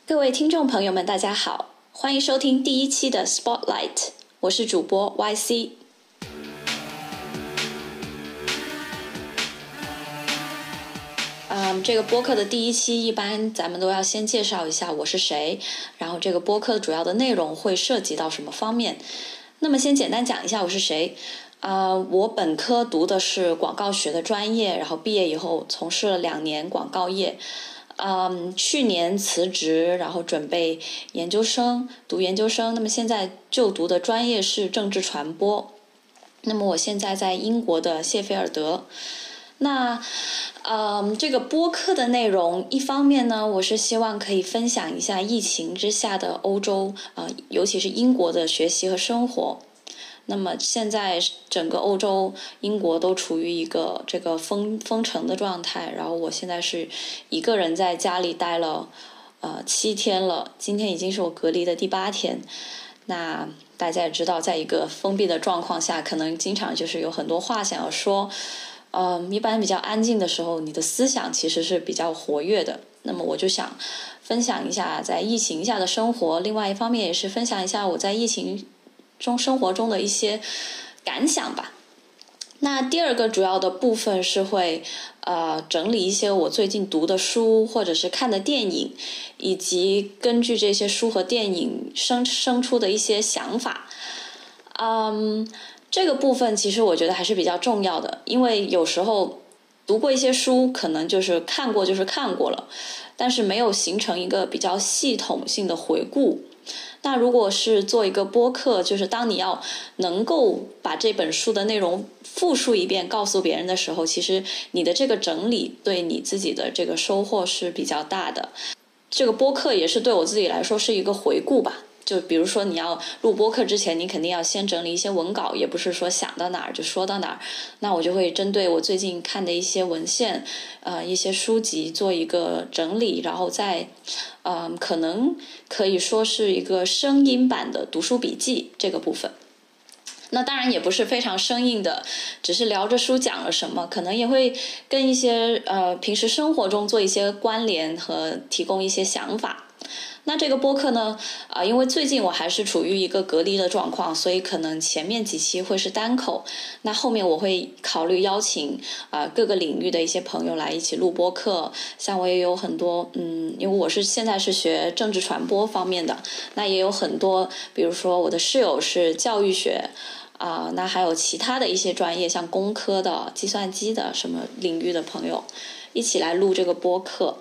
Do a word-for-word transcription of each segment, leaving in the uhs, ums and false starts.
各位听众朋友们，大家好，欢迎收听第一期的 Spotlight， 我是主播 Y C。嗯，这个播客的第一期一般咱们都要先介绍一下我是谁，然后这个播客主要的内容会涉及到什么方面。那么先简单讲一下我是谁。呃，我本科读的是广告学的专业，然后毕业以后从事了两年广告业。嗯，去年辞职，然后准备研究生，读研究生。那么现在就读的专业是政治传播。那么我现在在英国的谢菲尔德。那，嗯，这个播客的内容，一方面呢，我是希望可以分享一下疫情之下的欧洲，呃，尤其是英国的学习和生活。那么现在整个欧洲英国都处于一个这个封封城的状态，然后我现在是一个人在家里待了呃七天了，今天已经是我隔离的第八天。那大家也知道，在一个封闭的状况下，可能经常就是有很多话想要说。呃一般比较安静的时候，你的思想其实是比较活跃的。那么我就想分享一下在疫情下的生活，另外一方面也是分享一下我在疫情中生活中的一些感想吧。那第二个主要的部分是会呃整理一些我最近读的书或者是看的电影，以及根据这些书和电影生生出的一些想法。嗯，这个部分其实我觉得还是比较重要的，因为有时候读过一些书，可能就是看过就是看过了，但是没有形成一个比较系统性的回顾。那如果是做一个播客，就是当你要能够把这本书的内容复述一遍告诉别人的时候，其实你的这个整理对你自己的这个收获是比较大的。这个播客也是对我自己来说是一个回顾吧，就比如说你要录播客之前，你肯定要先整理一些文稿，也不是说想到哪儿就说到哪儿。那我就会针对我最近看的一些文献，呃，一些书籍做一个整理，然后再，嗯、呃，可能可以说是一个声音版的读书笔记这个部分。那当然也不是非常生硬的，只是聊着书讲了什么，可能也会跟一些呃平时生活中做一些关联和提供一些想法。那这个播客呢，啊、呃，因为最近我还是处于一个隔离的状况，所以可能前面几期会是单口，那后面我会考虑邀请啊、呃、各个领域的一些朋友来一起录播客。像我也有很多，嗯，因为我是现在是学政治传播方面的，那也有很多，比如说我的室友是教育学。啊、呃，那还有其他的一些专业，像工科的、计算机的什么领域的朋友，一起来录这个播客。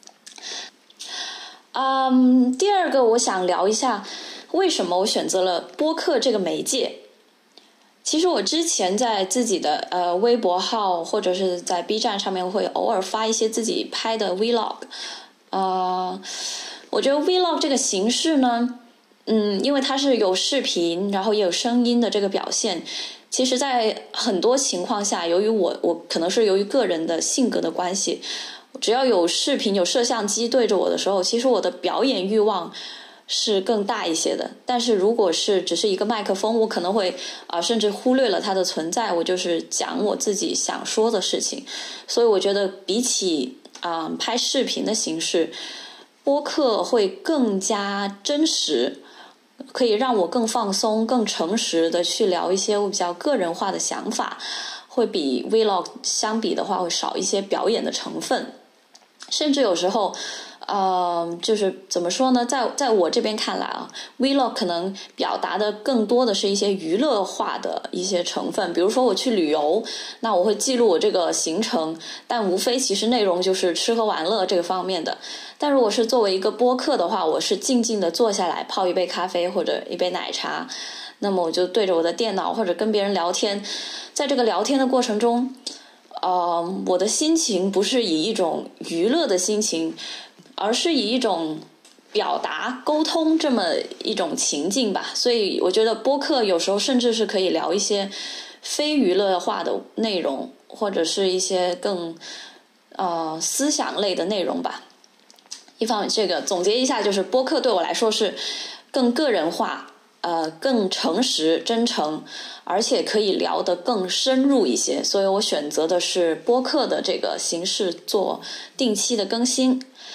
嗯，第二个我想聊一下，为什么我选择了播客这个媒介。其实我之前在自己的呃微博号或者是在 B 站上面会偶尔发一些自己拍的 Vlog。呃，我觉得 Vlog 这个形式呢，嗯，因为它是有视频，然后也有声音的这个表现。其实在很多情况下，由于我我可能是由于个人的性格的关系，只要有视频有摄像机对着我的时候，其实我的表演欲望是更大一些的。但是如果是只是一个麦克风，我可能会啊、呃，甚至忽略了它的存在，我就是讲我自己想说的事情。所以我觉得比起啊、呃、拍视频的形式，播客会更加真实，可以让我更放松更诚实的去聊一些我比较个人化的想法，会比 Vlog 相比的话会少一些表演的成分。甚至有时候呃，就是怎么说呢，在在我这边看来啊 Vlog 可能表达的更多的是一些娱乐化的一些成分。比如说我去旅游，那我会记录我这个行程，但无非其实内容就是吃喝玩乐这个方面的。但如果是作为一个播客的话，我是静静的坐下来泡一杯咖啡或者一杯奶茶，那么我就对着我的电脑或者跟别人聊天。在这个聊天的过程中，呃，我的心情不是以一种娱乐的心情，而是以一种表达沟通这么一种情境吧。所以我觉得播客有时候甚至是可以聊一些非娱乐化的内容，或者是一些更呃思想类的内容吧。一方面，这个总结一下，就是播客对我来说是更个人化，呃，更诚实真诚，而且可以聊得更深入一些，所以我选择的是播客的这个形式做定期的更新。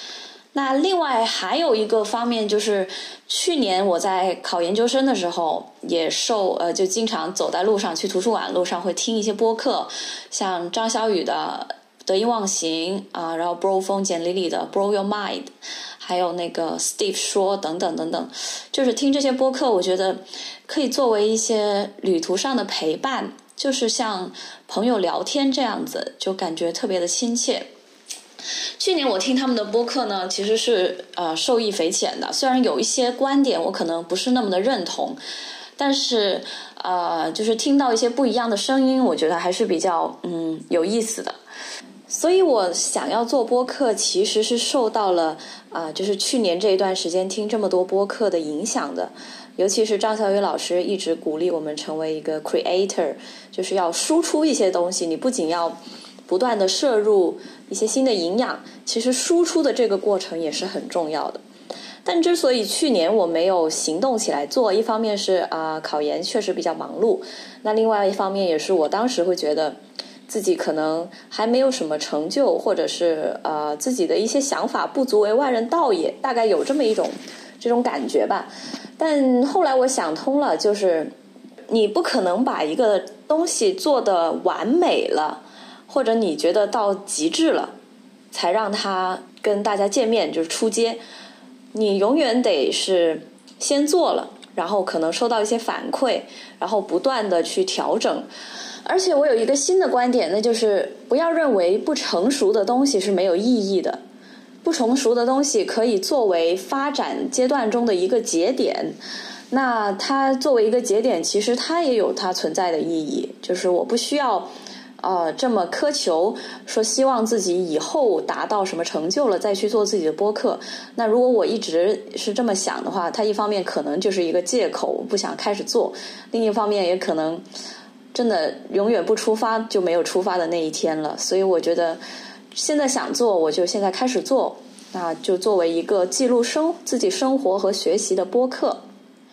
那另外还有一个方面就是，去年我在考研究生的时候，也受呃就经常走在路上，去图书馆路上会听一些播客，像张小雨的得意忘形啊，然后 Bro 风简历里的 Bro Your Mind， 还有那个 Steve 说等等等等，就是听这些播客，我觉得可以作为一些旅途上的陪伴，就是像朋友聊天这样子，就感觉特别的亲切。去年我听他们的播客呢，其实是呃受益匪浅的。虽然有一些观点我可能不是那么的认同，但是呃就是听到一些不一样的声音，我觉得还是比较嗯有意思的。所以我想要做播客，其实是受到了啊、呃、就是去年这一段时间听这么多播客的影响的。尤其是张小雨老师一直鼓励我们成为一个 creator， 就是要输出一些东西，你不仅要不断的摄入一些新的营养，其实输出的这个过程也是很重要的。但之所以去年我没有行动起来做，一方面是啊、呃、考研确实比较忙碌，那另外一方面也是我当时会觉得自己可能还没有什么成就，或者是呃自己的一些想法不足为外人道也，大概有这么一种这种感觉吧。但后来我想通了，就是你不可能把一个东西做得完美了，或者你觉得到极致了才让它跟大家见面，就是出街。你永远得是先做了，然后可能收到一些反馈，然后不断的去调整。而且我有一个新的观点，那就是不要认为不成熟的东西是没有意义的，不成熟的东西可以作为发展阶段中的一个节点，那它作为一个节点，其实它也有它存在的意义，就是我不需要呃这么苛求，说希望自己以后达到什么成就了再去做自己的播客。那如果我一直是这么想的话，它一方面可能就是一个借口，不想开始做，另一方面也可能真的永远不出发就没有出发的那一天了。所以我觉得现在想做，我就现在开始做，那就作为一个记录生自己生活和学习的播客。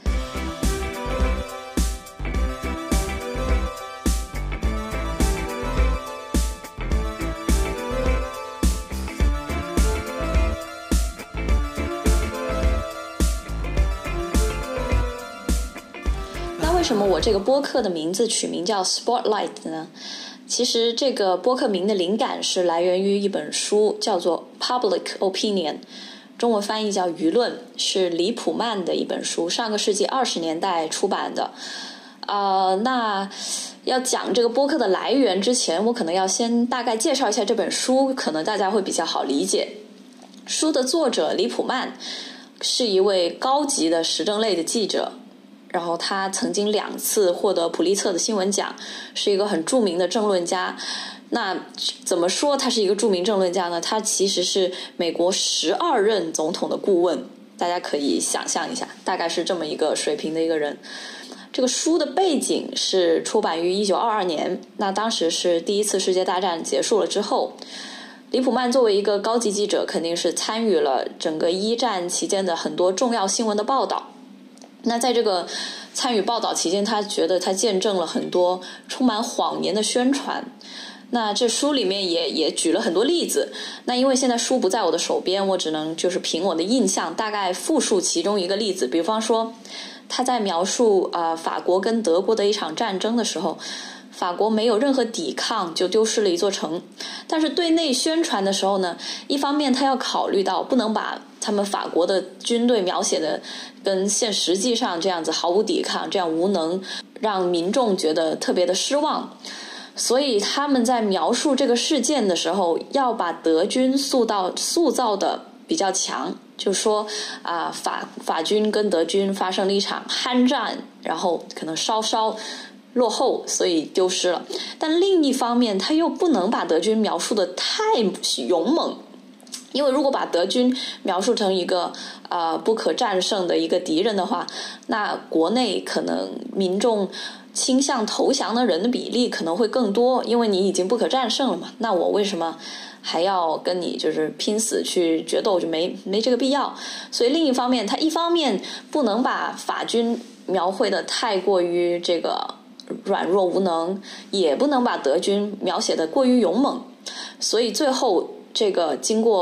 为什么我这个播客的名字取名叫 Spotlight 呢？其实这个播客名的灵感是来源于一本书，叫做 Public Opinion， 中文翻译叫舆论，是李普曼的一本书，上个世纪二十年代出版的。呃，那要讲这个播客的来源之前，我可能要先大概介绍一下这本书，可能大家会比较好理解。书的作者李普曼是一位高级的时政类的记者，然后他曾经两次获得普利策的新闻奖，是一个很著名的政论家。那怎么说他是一个著名政论家呢？他其实是美国十二任总统的顾问，大家可以想象一下，大概是这么一个水平的一个人。这个书的背景是出版于一九二二年，那当时是第一次世界大战结束了之后，李普曼作为一个高级记者，肯定是参与了整个一战期间的很多重要新闻的报道。那在这个参与报道期间，他觉得他见证了很多充满谎言的宣传。那这书里面也也举了很多例子。那因为现在书不在我的手边，我只能就是凭我的印象大概复述其中一个例子。比方说，他在描述呃法国跟德国的一场战争的时候，法国没有任何抵抗就丢失了一座城。但是对内宣传的时候呢，一方面他要考虑到不能把他们法国的军队描写的跟现实际上这样子毫无抵抗，这样无能，让民众觉得特别的失望。所以他们在描述这个事件的时候，要把德军塑造塑造的比较强，就说啊法法军跟德军发生了一场酣战，然后可能稍稍落后，所以丢失了。但另一方面，他又不能把德军描述的太勇猛，因为如果把德军描述成一个呃不可战胜的一个敌人的话，那国内可能民众倾向投降的人的比例可能会更多，因为你已经不可战胜了嘛，那我为什么还要跟你就是拼死去决斗，就没没这个必要。所以另一方面，他一方面不能把法军描绘的太过于这个软弱无能，也不能把德军描写的过于勇猛，所以最后这个经过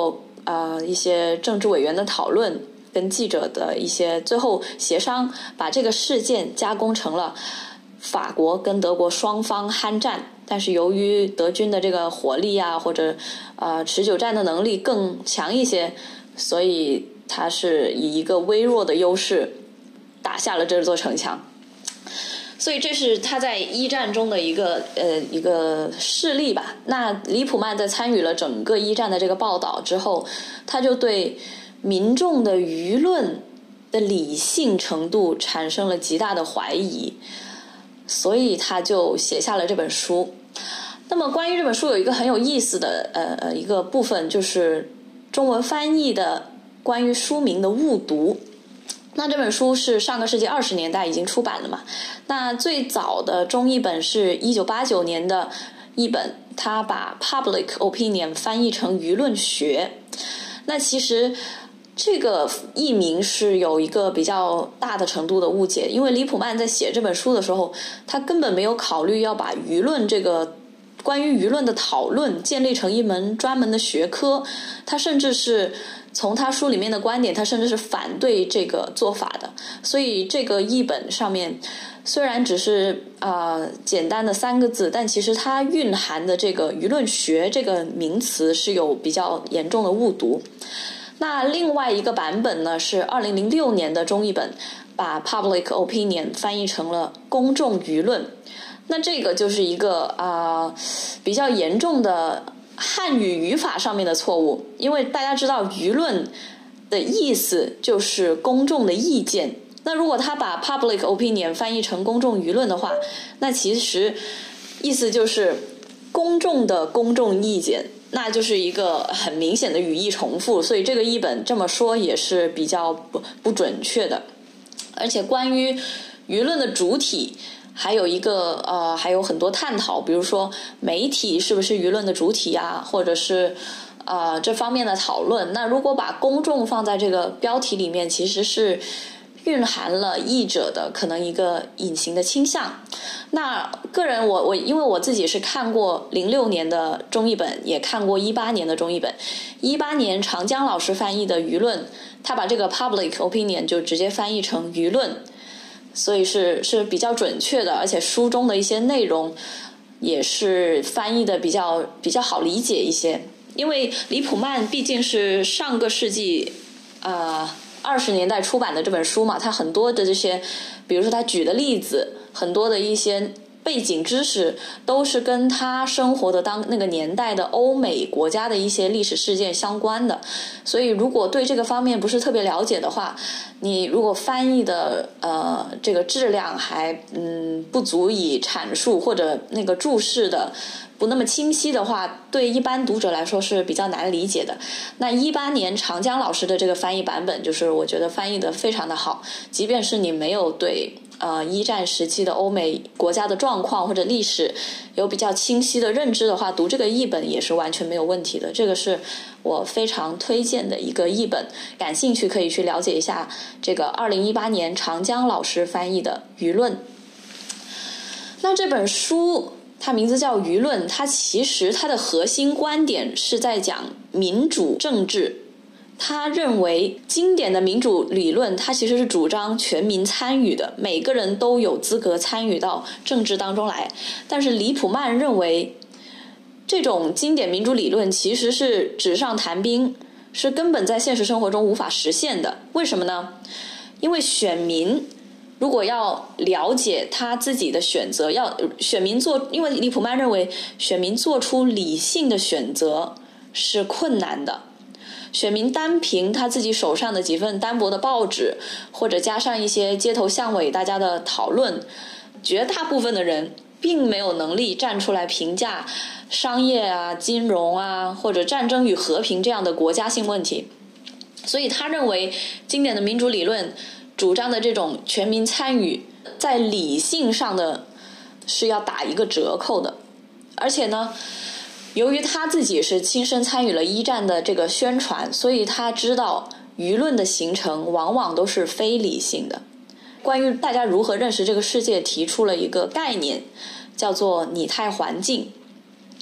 呃一些政治委员的讨论，跟记者的一些最后协商，把这个事件加工成了法国跟德国双方酣战，但是由于德军的这个火力啊，或者呃持久战的能力更强一些，所以他是以一个微弱的优势打下了这座城墙。所以这是他在一战中的一个呃一个事例吧。那李普曼在参与了整个一战的这个报道之后，他就对民众的舆论的理性程度产生了极大的怀疑，所以他就写下了这本书。那么关于这本书有一个很有意思的呃呃一个部分，就是中文翻译的关于书名的误读。那这本书是上个世纪二十年代已经出版了嘛？那最早的中译本是一九八九年的译本，他把 public opinion 翻译成舆论学。那其实这个译名是有一个比较大的程度的误解，因为李普曼在写这本书的时候，他根本没有考虑要把舆论这个关于舆论的讨论建立成一门专门的学科，他甚至是从他书里面的观点，他甚至是反对这个做法的。所以这个译本上面虽然只是呃简单的三个字，但其实它蕴含的这个舆论学这个名词是有比较严重的误读。那另外一个版本呢，是二零零六年的中译本，把 public opinion 翻译成了公众舆论。那这个就是一个啊、呃、比较严重的汉语语法上面的错误，因为大家知道舆论的意思就是公众的意见，那如果他把 public opinion 翻译成公众舆论的话，那其实意思就是公众的公众意见，那就是一个很明显的语义重复，所以这个译本这么说也是比较不不准确的。而且关于舆论的主体还有一个呃，还有很多探讨，比如说媒体是不是舆论的主体啊，或者是呃这方面的讨论。那如果把公众放在这个标题里面，其实是蕴含了译者的可能一个隐形的倾向。那个人我我因为我自己是看过零六年的中译本，也看过一八年的中译本。一八年长江老师翻译的舆论，他把这个 public opinion 就直接翻译成舆论，所以是是比较准确的，而且书中的一些内容也是翻译的比较比较好理解一些。因为李普曼毕竟是上个世纪呃二十年代出版的这本书嘛，他很多的这些，比如说他举的例子，很多的一些背景知识都是跟他生活的当那个年代的欧美国家的一些历史事件相关的，所以如果对这个方面不是特别了解的话，你如果翻译的呃这个质量还嗯不足以阐述，或者那个注释的不那么清晰的话，对一般读者来说是比较难理解的。那一八年长江老师的这个翻译版本，就是我觉得翻译的非常的好，即便是你没有对呃一战时期的欧美国家的状况或者历史有比较清晰的认知的话，读这个译本也是完全没有问题的。这个是我非常推荐的一个译本，感兴趣可以去了解一下这个二零一八年长江老师翻译的舆论。那这本书它名字叫舆论，它其实它的核心观点是在讲民主政治。他认为经典的民主理论它其实是主张全民参与的，每个人都有资格参与到政治当中来。但是李普曼认为这种经典民主理论其实是纸上谈兵，是根本在现实生活中无法实现的。为什么呢？因为选民如果要了解他自己的选择，要选民做，因为李普曼认为选民做出理性的选择是困难的。选民单凭他自己手上的几份单薄的报纸，或者加上一些街头巷尾大家的讨论，绝大部分的人并没有能力站出来评价商业啊、金融啊，或者战争与和平这样的国家性问题。所以他认为经典的民主理论主张的这种全民参与，在理性上的是要打一个折扣的。而且呢，由于他自己是亲身参与了一战的这个宣传，所以他知道舆论的形成往往都是非理性的。关于大家如何认识这个世界，提出了一个概念，叫做拟态环境。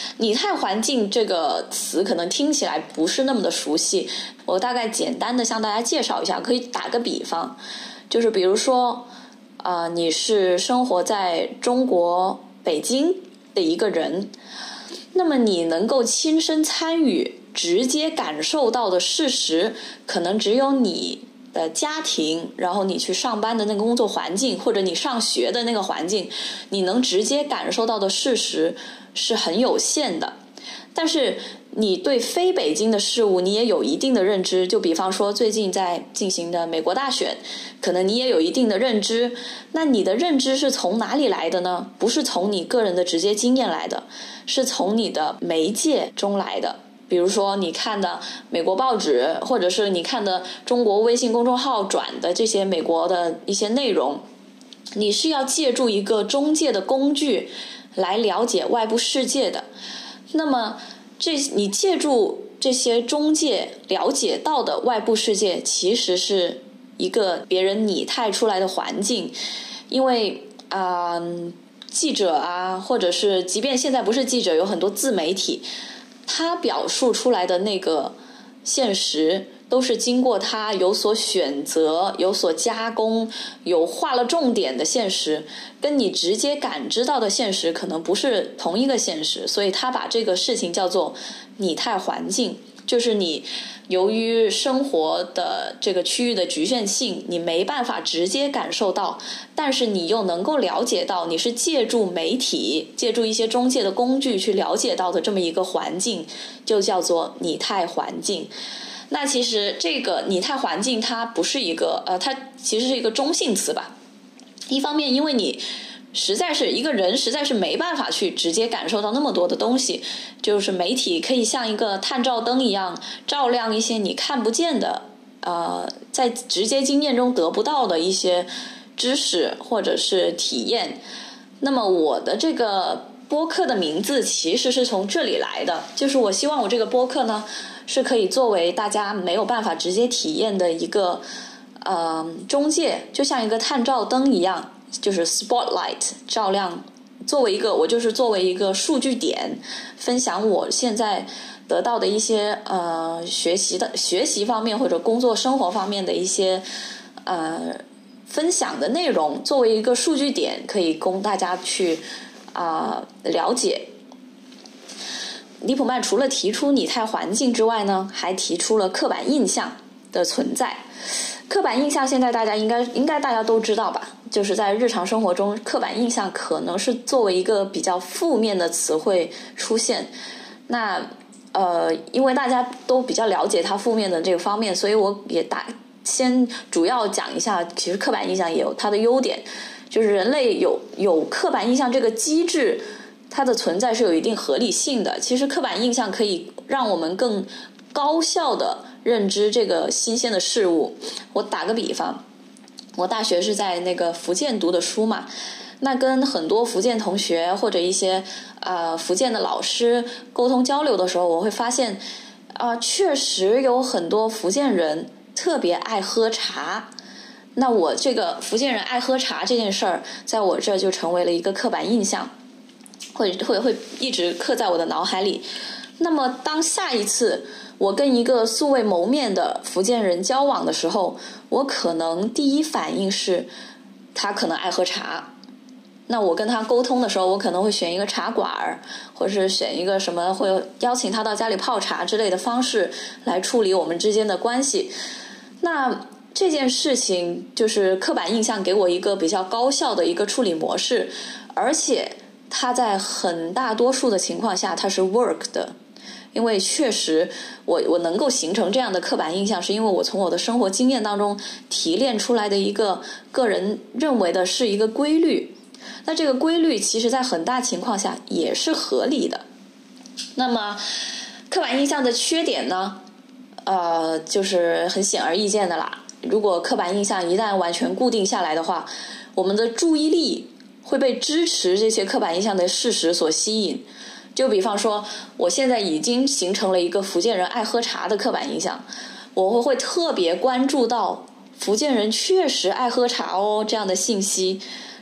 拟态环境这个词可能听起来不是那么的熟悉，我大概简单的向大家介绍一下，可以打个比方，就是比如说啊、呃，你是生活在中国北京的一个人，那么你能够亲身参与直接感受到的事实可能只有你的家庭，然后你去上班的那个工作环境，或者你上学的那个环境，你能直接感受到的事实是很有限的。但是你对非北京的事物你也有一定的认知，就比方说最近在进行的美国大选，可能你也有一定的认知。那你的认知是从哪里来的呢？不是从你个人的直接经验来的，是从你的媒介中来的。比如说你看的美国报纸，或者是你看的中国微信公众号转的这些美国的一些内容，你是要借助一个中介的工具来了解外部世界的。那么这你借助这些中介了解到的外部世界，其实是一个别人拟态出来的环境。因为啊、呃，记者啊，或者是即便现在不是记者，有很多自媒体，他表述出来的那个现实都是经过他有所选择，有所加工，有画了重点的现实，跟你直接感知到的现实可能不是同一个现实。所以他把这个事情叫做拟态环境，就是你由于生活的这个区域的局限性，你没办法直接感受到，但是你又能够了解到，你是借助媒体，借助一些中介的工具去了解到的这么一个环境，就叫做拟态环境。那其实这个拟态环境它不是一个呃，它其实是一个中性词吧。一方面因为你实在是一个人实在是没办法去直接感受到那么多的东西，就是媒体可以像一个探照灯一样照亮一些你看不见的呃，在直接经验中得不到的一些知识或者是体验。那么我的这个播客的名字其实是从这里来的，就是我希望我这个播客呢是可以作为大家没有办法直接体验的一个呃中介，就像一个探照灯一样，就是 spotlight 照亮，作为一个我就是作为一个数据点，分享我现在得到的一些呃学习的学习方面或者工作生活方面的一些呃分享的内容，作为一个数据点可以供大家去啊、呃、了解。李普曼除了提出拟态环境之外呢，还提出了刻板印象的存在。刻板印象现在大家应该应该大家都知道吧，就是在日常生活中，刻板印象可能是作为一个比较负面的词汇出现。那呃，因为大家都比较了解它负面的这个方面，所以我也大先主要讲一下，其实刻板印象也有它的优点，就是人类有有刻板印象这个机制，它的存在是有一定合理性的。其实刻板印象可以让我们更高效的认知这个新鲜的事物。我打个比方，我大学是在那个福建读的书嘛，那跟很多福建同学或者一些呃福建的老师沟通交流的时候，我会发现啊、呃，确实有很多福建人特别爱喝茶。那我这个福建人爱喝茶这件事儿，在我这就成为了一个刻板印象，会会会一直刻在我的脑海里。那么当下一次我跟一个素未谋面的福建人交往的时候，我可能第一反应是他可能爱喝茶。那我跟他沟通的时候，我可能会选一个茶馆，或者是选一个什么会邀请他到家里泡茶之类的方式来处理我们之间的关系。那这件事情就是刻板印象给我一个比较高效的一个处理模式，而且它在很大多数的情况下它是 work 的。因为确实我我能够形成这样的刻板印象，是因为我从我的生活经验当中提炼出来的一个个人认为的是一个规律。那这个规律其实在很大情况下也是合理的。那么刻板印象的缺点呢，呃，就是很显而易见的啦。如果刻板印象一旦完全固定下来的话，我们的注意力会被支持这些刻板印象的事实所吸引。就比方说，我现在已经形成了一个福建人爱喝茶的刻板印象，我会会特别关注到福建人确实爱喝茶哦这样的信息。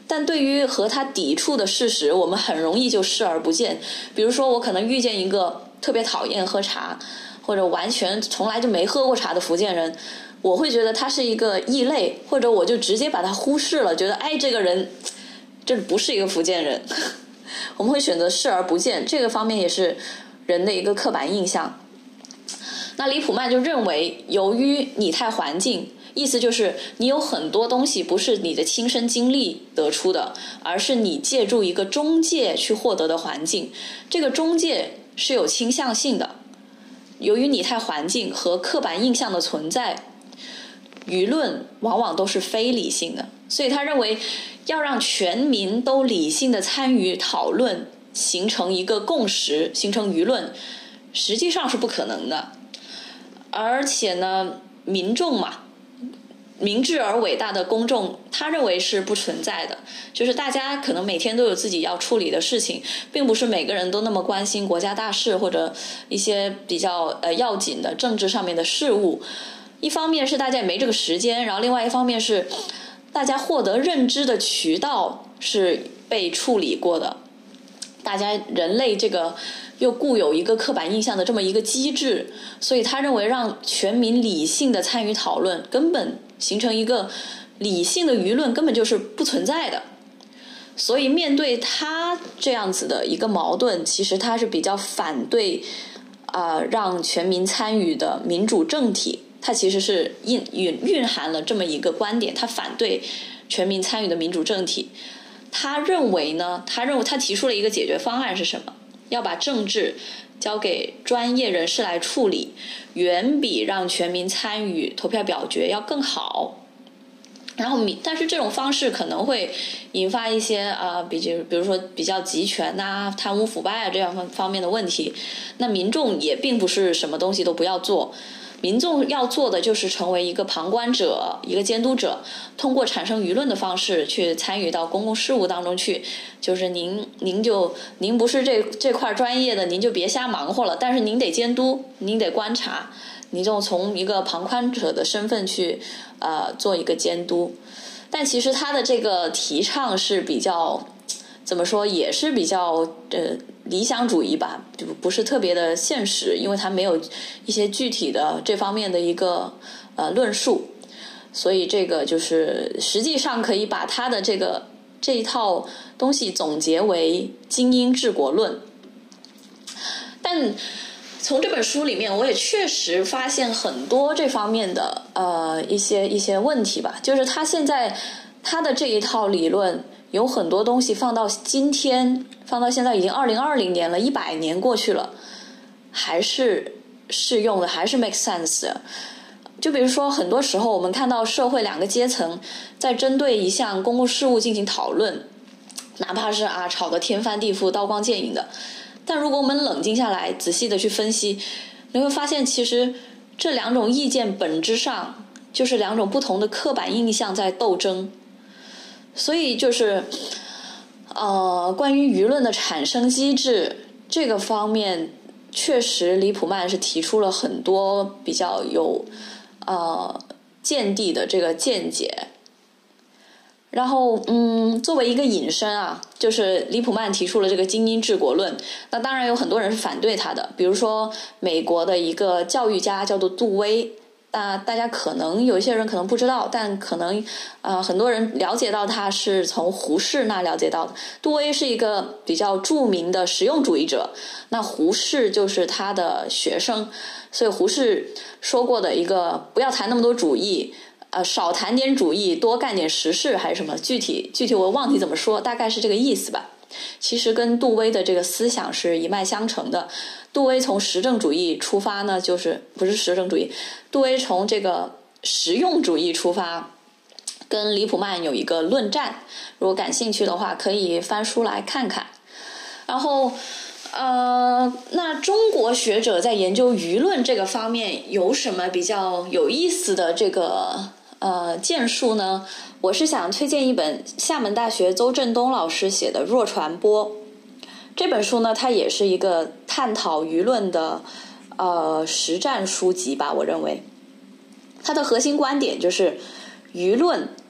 但对于和它抵触的事实，我们很容易就视而不见。比如说我可能遇见一个特别讨厌喝茶，或者完全从来就没喝过茶的福建人，我会觉得他是一个异类，或者我就直接把他忽视了，觉得哎这个人这不是一个福建人。我们会选择视而不见，这个方面也是人的一个刻板印象。那李普曼就认为，由于拟态环境，意思就是你有很多东西不是你的亲身经历得出的，而是你借助一个中介去获得的环境，这个中介是有倾向性的。由于拟态环境和刻板印象的存在，舆论往往都是非理性的，所以他认为要让全民都理性的参与讨论，形成一个共识，形成舆论，实际上是不可能的。而且呢，民众嘛，明智而伟大的公众，他认为是不存在的，就是大家可能每天都有自己要处理的事情，并不是每个人都那么关心国家大事或者一些比较呃要紧的政治上面的事务。一方面是大家也没这个时间，然后另外一方面是大家获得认知的渠道是被处理过的，大家人类这个又固有一个刻板印象的这么一个机制，所以他认为让全民理性的参与讨论，根本形成一个理性的舆论根本就是不存在的。所以面对他这样子的一个矛盾，其实他是比较反对啊、呃、让全民参与的民主政体，他其实是蕴蕴蕴含了这么一个观点，他反对全民参与的民主政体。他认为呢，他认为他提出了一个解决方案是什么？要把政治交给专业人士来处理，远比让全民参与投票表决要更好。然后，但是这种方式可能会引发一些啊，比比比如说比较集权呐、啊、贪污腐败啊这样方方面的问题。那民众也并不是什么东西都不要做，民众要做的就是成为一个旁观者，一个监督者，通过产生舆论的方式去参与到公共事务当中去。就是您，您就您不是这这块专业的，您就别瞎忙活了。但是您得监督，您得观察，您就从一个旁观者的身份去呃做一个监督。但其实他的这个提倡是比较怎么说，也是比较呃理想主义吧，就不是特别的现实，因为他没有一些具体的这方面的一个呃论述。所以这个就是实际上可以把他的这个这一套东西总结为精英治国论。但从这本书里面，我也确实发现很多这方面的呃一些一些问题吧。就是他现在他的这一套理论有很多东西放到今天，放到现在已经二零二零年了，一百年过去了，还是适用的，还是 make sense 的。就比如说，很多时候我们看到社会两个阶层在针对一项公共事务进行讨论，哪怕是啊吵得天翻地覆、刀光剑影的，但如果我们冷静下来，仔细的去分析，你会发现其实这两种意见本质上就是两种不同的刻板印象在斗争。所以就是呃，关于舆论的产生机制这个方面，确实李普曼是提出了很多比较有呃见地的这个见解。然后嗯，作为一个引申啊，就是李普曼提出了这个精英治国论，那当然有很多人是反对他的，比如说美国的一个教育家叫做杜威，那大家可能有一些人可能不知道，但可能呃很多人了解到他是从胡适那了解到的。杜威是一个比较著名的实用主义者，那胡适就是他的学生，所以胡适说过的一个不要谈那么多主义，呃，少谈点主义，多干点实事，还是什么？具体具体我忘记怎么说，大概是这个意思吧。其实跟杜威的这个思想是一脉相承的。杜威从实证主义出发呢，就是不是实证主义，杜威从这个实用主义出发，跟李普曼有一个论战。如果感兴趣的话，可以翻书来看看。然后。呃，那中国学者在研究舆论这个方面有什么比较有意思的这个呃建树呢？我是想推荐一本厦门大学邹振东老师写的《弱传播》这本书呢，它也是一个探讨舆论的呃实战书籍吧。我认为它的核心观点就是舆论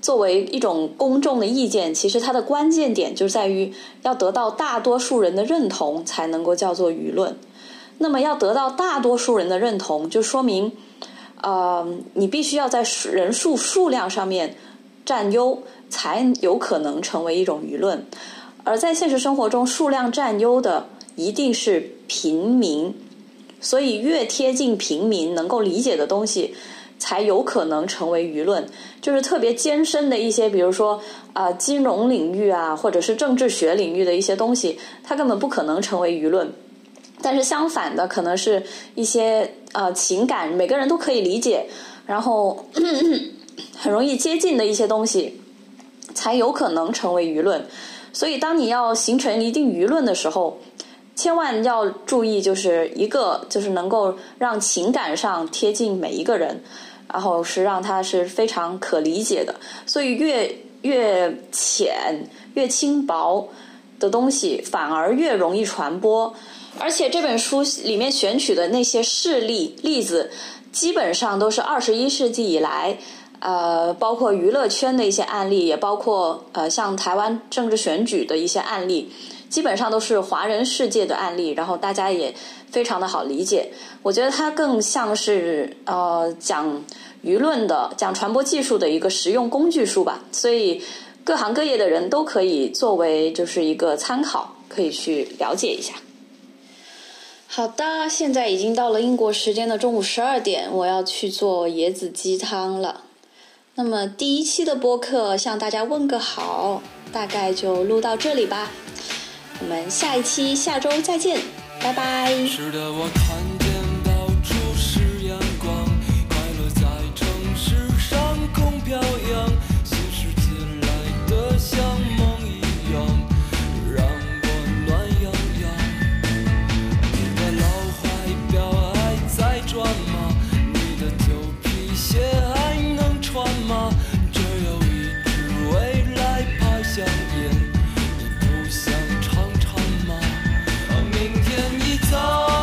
作为一种公众的意见，其实它的关键点就在于要得到大多数人的认同才能够叫做舆论。那么要得到大多数人的认同，就说明呃，你必须要在人数数量上面占优，才有可能成为一种舆论。而在现实生活中，数量占优的一定是平民，所以越贴近平民能够理解的东西才有可能成为舆论。就是特别艰深的一些，比如说啊、呃、金融领域啊，或者是政治学领域的一些东西，它根本不可能成为舆论。但是相反的，可能是一些呃情感，每个人都可以理解，然后咳咳很容易接近的一些东西，才有可能成为舆论。所以当你要形成一定舆论的时候，千万要注意，就是一个就是能够让情感上贴近每一个人，然后是让它是非常可理解的。所以越越浅越轻薄的东西反而越容易传播。而且这本书里面选取的那些事例例子基本上都是二十一世纪以来呃，包括娱乐圈的一些案例，也包括呃像台湾政治选举的一些案例，基本上都是华人世界的案例，然后大家也非常的好理解。我觉得它更像是呃讲舆论的、讲传播技术的一个实用工具书吧，所以各行各业的人都可以作为就是一个参考，可以去了解一下。好的，现在已经到了英国时间的中午十二点，我要去做椰子鸡汤了。那么第一期的播客向大家问个好，大概就录到这里吧。我们下一期下周再见，拜拜。是的，我看见到处是阳光，快乐在城市上空飘扬，新世界来的像梦一样，让我暖洋洋。你的老怀表还在转吗？你的旧皮鞋还能穿吗？这有一支未来牌香烟，你不想尝尝吗？明天一早，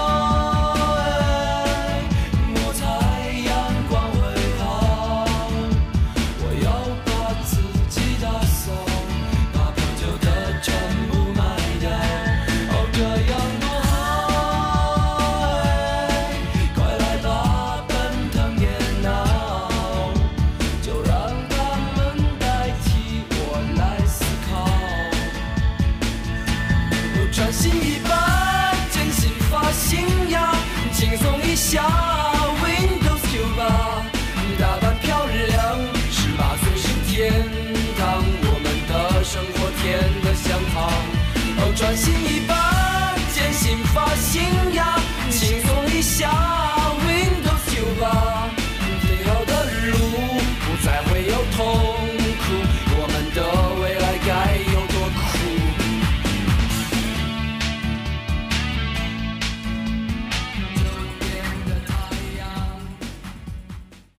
哎，我猜阳光会好。我要把自己打扫，把破旧的全部卖掉。哦，这样多好，哎，快来吧，奔腾电脑，就让他们代替我来思考。专心一把，真心发信呀，轻松一下 Windows 九吧，打扮漂亮，十八岁是天堂，我们的生活甜得像糖。哦，专心一把，真心发信呀。